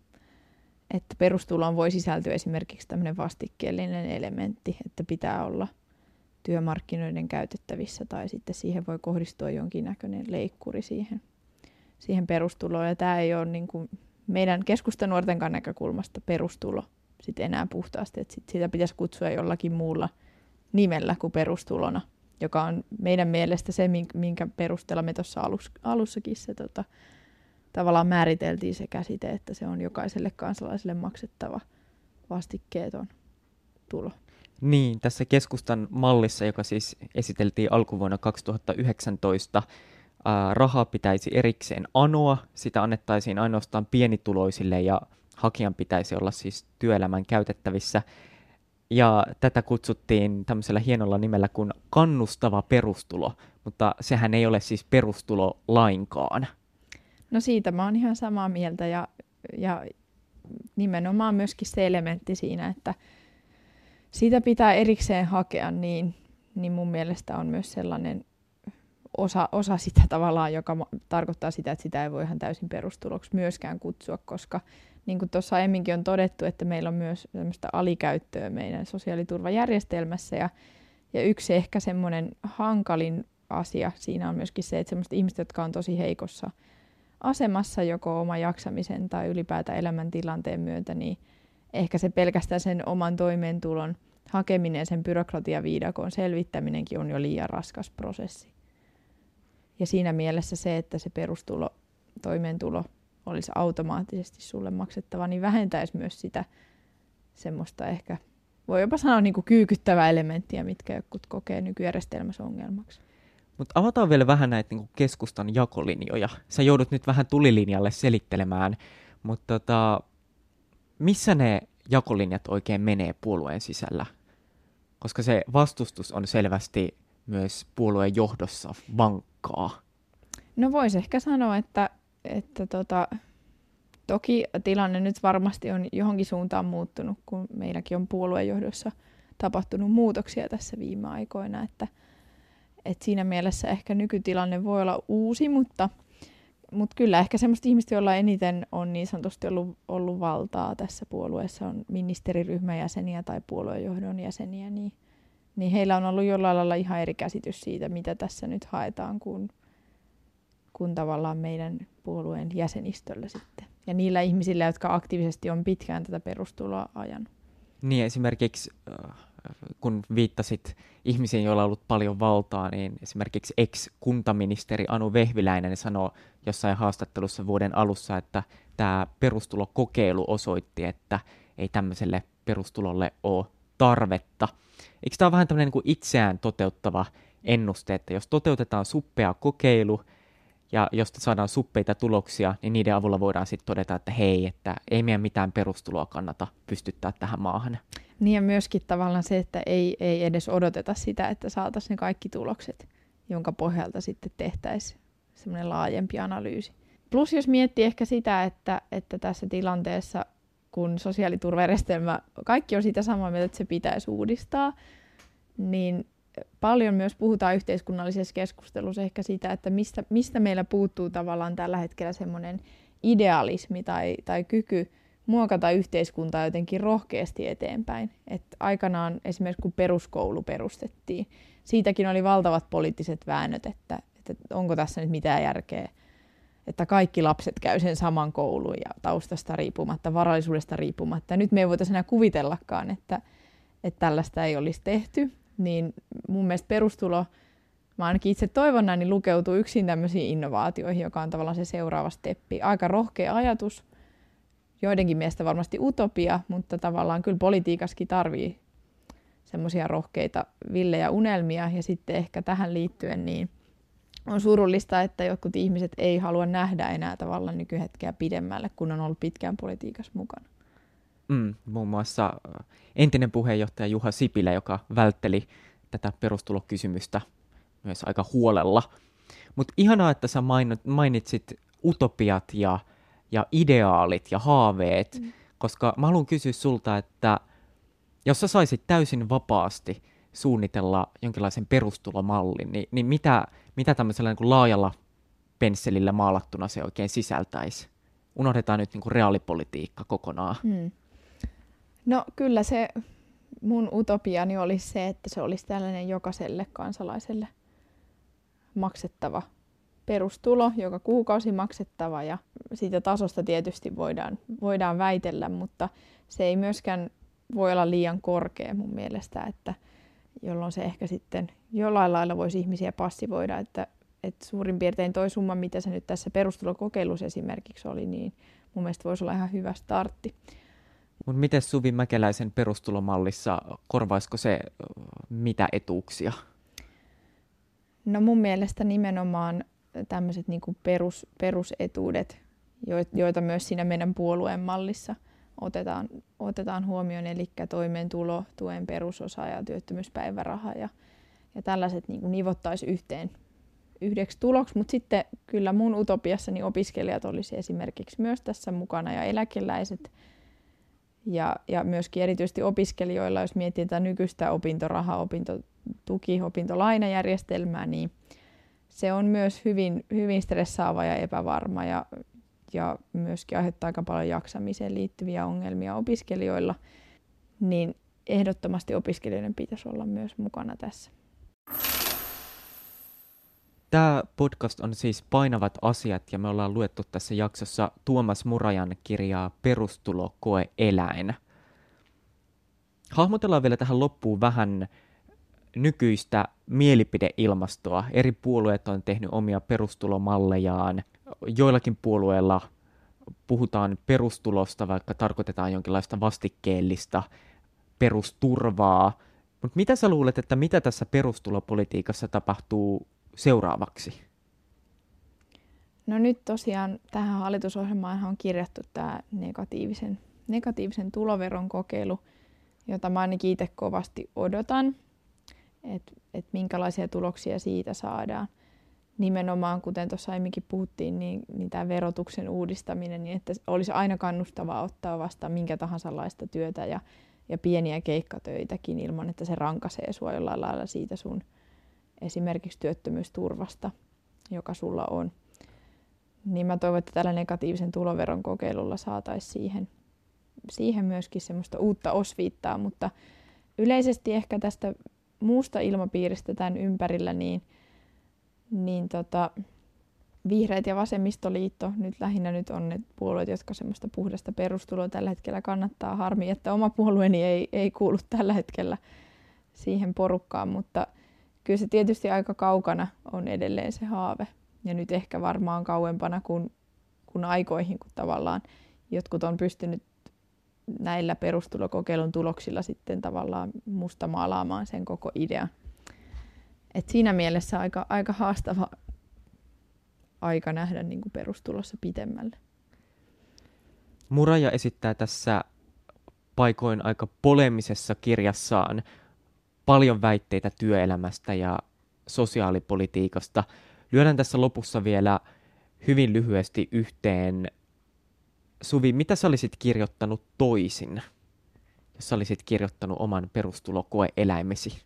että perustuloon voi sisältyä esimerkiksi tämmöinen vastikkeellinen elementti, että pitää olla työmarkkinoiden käytettävissä tai sitten siihen voi kohdistua jonkinnäköinen leikkuri siihen perustuloon. Ja tämä ei ole niin kuin meidän keskustanuortenkaan näkökulmasta perustulo sit enää puhtaasti, että sitä pitäisi kutsua jollakin muulla nimellä kuin perustulona, joka on meidän mielestä se, minkä perusteella me tuossa alussakin se tavallaan määriteltiin se käsite, että se on jokaiselle kansalaiselle maksettava vastikkeeton tulo. Niin, tässä keskustan mallissa, joka siis esiteltiin alkuvuonna 2019, rahaa pitäisi erikseen anoa, sitä annettaisiin ainoastaan pienituloisille ja hakijan pitäisi olla siis työelämän käytettävissä. Ja tätä kutsuttiin tämmöisellä hienolla nimellä kuin kannustava perustulo, mutta sehän ei ole siis perustulo lainkaan. No siitä mä oon ihan samaa mieltä ja nimenomaan myöskin se elementti siinä, että sitä pitää erikseen hakea, niin mun mielestä on myös sellainen osa sitä tavallaan, joka tarkoittaa sitä, että sitä ei voi ihan täysin perustuloksi myöskään kutsua, koska niin kuin tuossa aiemminkin on todettu, että meillä on myös tämmöistä alikäyttöä meidän sosiaaliturvajärjestelmässä ja yksi ehkä semmoinen hankalin asia siinä on myöskin se, että semmoiset ihmiset, jotka on tosi heikossa asemassa joko oman jaksamisen tai ylipäätään elämäntilanteen myötä, niin ehkä se pelkästään sen oman toimeentulon hakeminen, sen byrokratiaviidakon selvittäminenkin on jo liian raskas prosessi. Ja siinä mielessä se, että se perustulo, toimeentulo olisi automaattisesti sulle maksettava, niin vähentäisi myös sitä semmoista ehkä, voi jopa sanoa niin kuin kyykyttävää elementtiä, mitkä jotkut kokee nykyjärjestelmässä ongelmaksi. Mutta avataan vielä vähän näitä niin kuin keskustan jakolinjoja. Sä joudut nyt vähän tulilinjalle selittelemään, mutta missä ne jakolinjat oikein menee puolueen sisällä? Koska se vastustus on selvästi myös puolueen johdossa vankkaa. No voisi ehkä sanoa, että toki tilanne nyt varmasti on johonkin suuntaan muuttunut, kun meilläkin on puoluejohdossa tapahtunut muutoksia tässä viime aikoina, että siinä mielessä ehkä nykytilanne voi olla uusi, mutta kyllä ehkä semmoista ihmistä, joilla eniten on niin sanotusti ollut valtaa tässä puolueessa, on ministeriryhmän jäseniä tai puoluejohdon jäseniä, niin heillä on ollut jollain lailla ihan eri käsitys siitä, mitä tässä nyt haetaan kuin tavallaan meidän puolueen jäsenistöllä sitten. Ja niillä ihmisillä, jotka aktiivisesti on pitkään tätä perustuloa ajanut. Niin esimerkiksi kun viittasit ihmisiin, joilla on ollut paljon valtaa, niin esimerkiksi ex-kuntaministeri Anu Vehviläinen sanoi jossain haastattelussa vuoden alussa, että tämä perustulokokeilu osoitti, että ei tämmöiselle perustulolle ole tarvetta. Eikö tämä ole vähän tämmöinen niin kuin itseään toteuttava ennuste, että jos toteutetaan suppea kokeilu ja josta saadaan suppeita tuloksia, niin niiden avulla voidaan sitten todeta, että hei, että ei meidän mitään perustuloa kannata pystyttää tähän maahan. Niin ja myöskin tavallaan se, että ei edes odoteta sitä, että saataisiin ne kaikki tulokset, jonka pohjalta sitten tehtäisiin semmoinen laajempi analyysi. Plus jos miettii ehkä sitä, että tässä tilanteessa, kun sosiaaliturvajärjestelmä, kaikki on sitä samaa mieltä, että se pitäisi uudistaa, niin paljon myös puhutaan yhteiskunnallisessa keskustelussa ehkä sitä, että mistä meillä puuttuu tavallaan tällä hetkellä semmoinen idealismi tai kyky muokata yhteiskuntaa jotenkin rohkeasti eteenpäin. Et aikanaan esimerkiksi kun peruskoulu perustettiin, siitäkin oli valtavat poliittiset väännöt, että onko tässä nyt mitään järkeä, että kaikki lapset käy sen saman koulun ja taustasta riippumatta, varallisuudesta riippumatta. Ja nyt me ei voitaisiin enää kuvitellakaan, että tällaista ei olisi tehty. Niin mun mielestä perustulo, mä ainakin itse toivon näin, niin lukeutuu yksin tämmöisiin innovaatioihin, joka on tavallaan se seuraava steppi. Aika rohkea ajatus, joidenkin mielestä varmasti utopia, mutta tavallaan kyllä politiikassakin tarvii semmoisia rohkeita villejä unelmia. Ja sitten ehkä tähän liittyen niin on surullista, että jotkut ihmiset ei halua nähdä enää tavallaan nykyhetkeä pidemmälle, kun on ollut pitkään politiikassa mukana. Muun muassa entinen puheenjohtaja Juha Sipilä, joka vältteli tätä perustulokysymystä myös aika huolella. Mutta ihanaa, että sä mainitsit utopiat ja ideaalit ja haaveet, koska mä haluan kysyä sulta, että jos sä saisit täysin vapaasti suunnitella jonkinlaisen perustulomallin, niin mitä tämmöisellä niin kuin laajalla pensselillä maalattuna se oikein sisältäisi? Unohdetaan nyt niin kuin reaalipolitiikka kokonaan. No kyllä se mun utopiani olisi se, että se olisi tällainen jokaiselle kansalaiselle maksettava perustulo, joka kuukausi maksettava ja siitä tasosta tietysti voidaan väitellä, mutta se ei myöskään voi olla liian korkea mun mielestä, että jolloin se ehkä sitten jollain lailla voisi ihmisiä passivoida, että suurin piirtein toi summa, mitä se nyt tässä perustulokokeilussa esimerkiksi oli, niin mun mielestä voisi olla ihan hyvä startti. Mutta miten Suvi Mäkeläisen perustulomallissa, korvaisiko se mitä etuuksia? No mun mielestä nimenomaan tämmöiset niin kuin perusetuudet, joita myös siinä meidän puolueen mallissa otetaan huomioon, eli toimeentulo, tuen perusosa ja työttömyyspäiväraha ja tällaiset niin kuin nivottaisi yhteen yhdeksi tuloksi, mutta sitten kyllä mun utopiassani opiskelijat olisi esimerkiksi myös tässä mukana ja eläkeläiset ja myöskin erityisesti opiskelijoilla, jos mietitään nykyistä opintorahaa, opintotuki, opintolainajärjestelmää, niin se on myös hyvin stressaava ja epävarma ja myöskin aiheuttaa aika paljon jaksamiseen liittyviä ongelmia opiskelijoilla, niin ehdottomasti opiskelijoiden pitäisi olla myös mukana tässä. Tämä podcast on siis Painavat asiat ja me ollaan luettu tässä jaksossa Tuomas Murajan kirjaa Perustulo koe eläin. Hahmotellaan vielä tähän loppuun vähän nykyistä mielipideilmastoa. Eri puolueet on tehnyt omia perustulomallejaan. Joillakin puolueilla puhutaan perustulosta, vaikka tarkoitetaan jonkinlaista vastikkeellista perusturvaa. Mutta mitä sä luulet, että mitä tässä perustulopolitiikassa tapahtuu seuraavaksi? No nyt tosiaan tähän hallitusohjelmaan on kirjattu tämä negatiivisen tuloveron kokeilu, jota mä ainakin itse kovasti odotan, että minkälaisia tuloksia siitä saadaan. Nimenomaan, kuten tuossa aiemminkin puhuttiin, niin tämä verotuksen uudistaminen, niin että olisi aina kannustavaa ottaa vastaan minkä tahansa laista työtä ja pieniä keikkatöitäkin ilman, että se rankaisee sua jollain lailla siitä sun esimerkiksi työttömyysturvasta, joka sulla on. Niin mä toivon, että tällä negatiivisen tuloveron kokeilulla saataisiin siihen myöskin semmoista uutta osviittaa, mutta yleisesti ehkä tästä muusta ilmapiiristä tämän ympärillä, niin Vihreät ja Vasemmistoliitto nyt on ne puolueet, jotka semmoista puhdasta perustuloa tällä hetkellä kannattaa. Harmi, että oma puolueeni ei kuulu tällä hetkellä siihen porukkaan, mutta kyllä se tietysti aika kaukana on edelleen se haave. Ja nyt ehkä varmaan kauempana kuin aikoihin, kun tavallaan jotkut on pystynyt näillä perustulokokeilun tuloksilla sitten tavallaan mustamaalaamaan sen koko idean. Et siinä mielessä aika haastava aika nähdä niin kuin perustulossa pitemmälle. Muraja esittää tässä paikoin aika poleemisessa kirjassaan paljon väitteitä työelämästä ja sosiaalipolitiikasta. Lyödään tässä lopussa vielä hyvin lyhyesti yhteen. Suvi, mitä sä olisit kirjoittanut toisin, jos sä olisit kirjoittanut oman perustulokoe-eläimesi?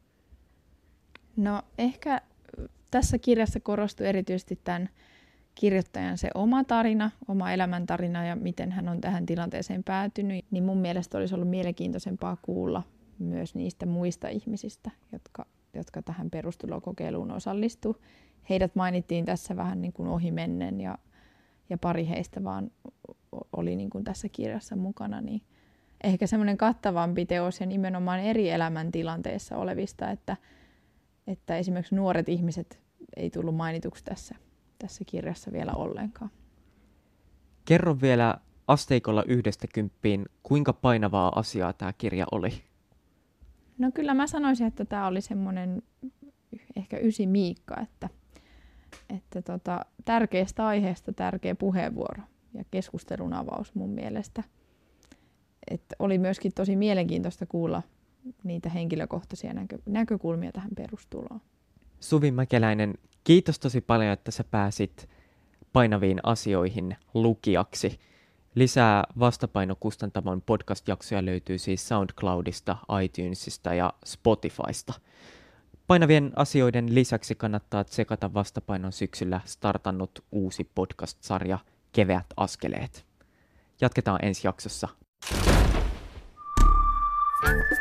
No ehkä tässä kirjassa korostui erityisesti tämän kirjoittajan se oma tarina, oma elämäntarina ja miten hän on tähän tilanteeseen päätynyt. Niin mun mielestä olisi ollut mielenkiintoisempaa kuulla myös niistä muista ihmisistä, jotka tähän perustulokokeiluun osallistuivat. Heidät mainittiin tässä vähän niin kuin ohimennen ja pari heistä vaan oli niin kuin tässä kirjassa mukana. Niin ehkä semmoinen kattavampi teos ja nimenomaan eri elämäntilanteessa olevista, että esimerkiksi nuoret ihmiset ei tullut mainituksi tässä kirjassa vielä ollenkaan. Kerro vielä asteikolla 1–10, kuinka painavaa asiaa tämä kirja oli? No kyllä mä sanoisin, että tämä oli semmoinen ehkä 9 Miikka, että tärkeästä aiheesta tärkeä puheenvuoro ja keskustelun avaus mun mielestä. Että oli myöskin tosi mielenkiintoista kuulla niitä henkilökohtaisia näkökulmia tähän perustuloon. Suvi Mäkeläinen, kiitos tosi paljon, että sä pääsit Painaviin asioihin lukijaksi. Lisää Vastapaino-kustantamon podcast-jaksoja löytyy siis SoundCloudista, iTunesista ja Spotifysta. Painavien asioiden lisäksi kannattaa tsekata Vastapainon syksyllä startannut uusi podcast-sarja Keveät askeleet. Jatketaan ensi jaksossa.